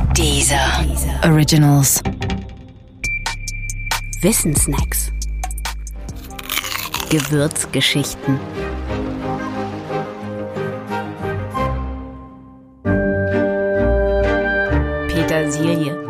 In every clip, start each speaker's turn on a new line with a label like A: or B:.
A: Deezer Originals.
B: Wissensnacks. Gewürzgeschichten. Petersilie.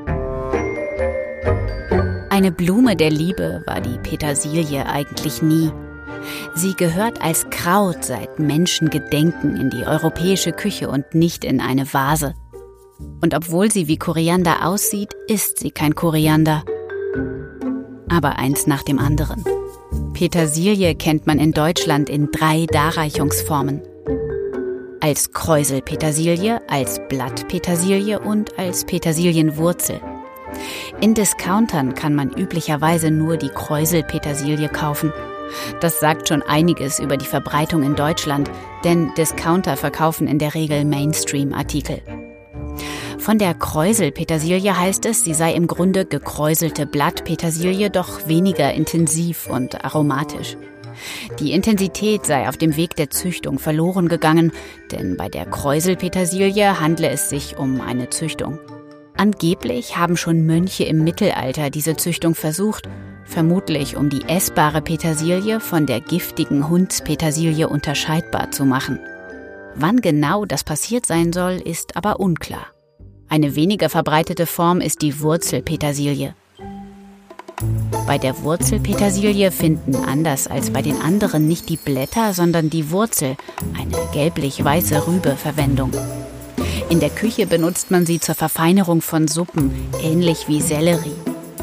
B: Eine Blume der Liebe war die Petersilie eigentlich nie. Sie gehört als Kraut seit Menschengedenken in die europäische Küche und nicht in eine Vase. Und obwohl sie wie Koriander aussieht, ist sie kein Koriander. Aber eins nach dem anderen. Petersilie kennt man in Deutschland in 3 Darreichungsformen. Als Kräuselpetersilie, als Blattpetersilie und als Petersilienwurzel. In Discountern kann man üblicherweise nur die Kräuselpetersilie kaufen. Das sagt schon einiges über die Verbreitung in Deutschland, denn Discounter verkaufen in der Regel Mainstream-Artikel. Von der Kräuselpetersilie heißt es, sie sei im Grunde gekräuselte Blattpetersilie, doch weniger intensiv und aromatisch. Die Intensität sei auf dem Weg der Züchtung verloren gegangen, denn bei der Kräuselpetersilie handle es sich um eine Züchtung. Angeblich haben schon Mönche im Mittelalter diese Züchtung versucht, vermutlich um die essbare Petersilie von der giftigen Hundspetersilie unterscheidbar zu machen. Wann genau das passiert sein soll, ist aber unklar. Eine weniger verbreitete Form ist die Wurzelpetersilie. Bei der Wurzelpetersilie finden anders als bei den anderen nicht die Blätter, sondern die Wurzel, eine gelblich-weiße Rübe, Verwendung. In der Küche benutzt man sie zur Verfeinerung von Suppen, ähnlich wie Sellerie.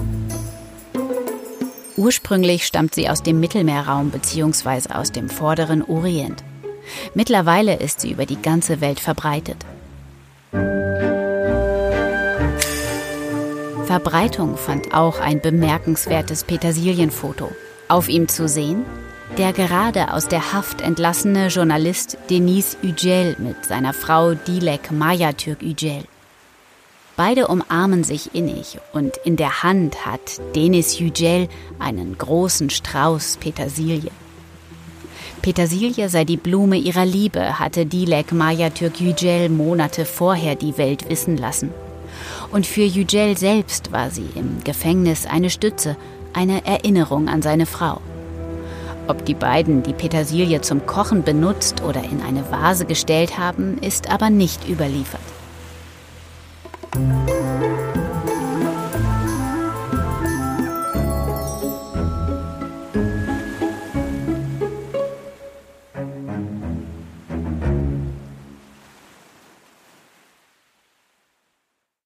B: Ursprünglich stammt sie aus dem Mittelmeerraum bzw. aus dem vorderen Orient. Mittlerweile ist sie über die ganze Welt verbreitet. Verbreitung fand auch ein bemerkenswertes Petersilienfoto. Auf ihm zu sehen, der gerade aus der Haft entlassene Journalist Deniz Yücel mit seiner Frau Dilek Mayatürk Yücel. Beide umarmen sich innig und in der Hand hat Deniz Yücel einen großen Strauß Petersilie. Petersilie sei die Blume ihrer Liebe, hatte Dilek Mayatürk Yücel Monate vorher die Welt wissen lassen. Und für Yücel selbst war sie im Gefängnis eine Stütze, eine Erinnerung an seine Frau. Ob die beiden die Petersilie zum Kochen benutzt oder in eine Vase gestellt haben, ist aber nicht überliefert.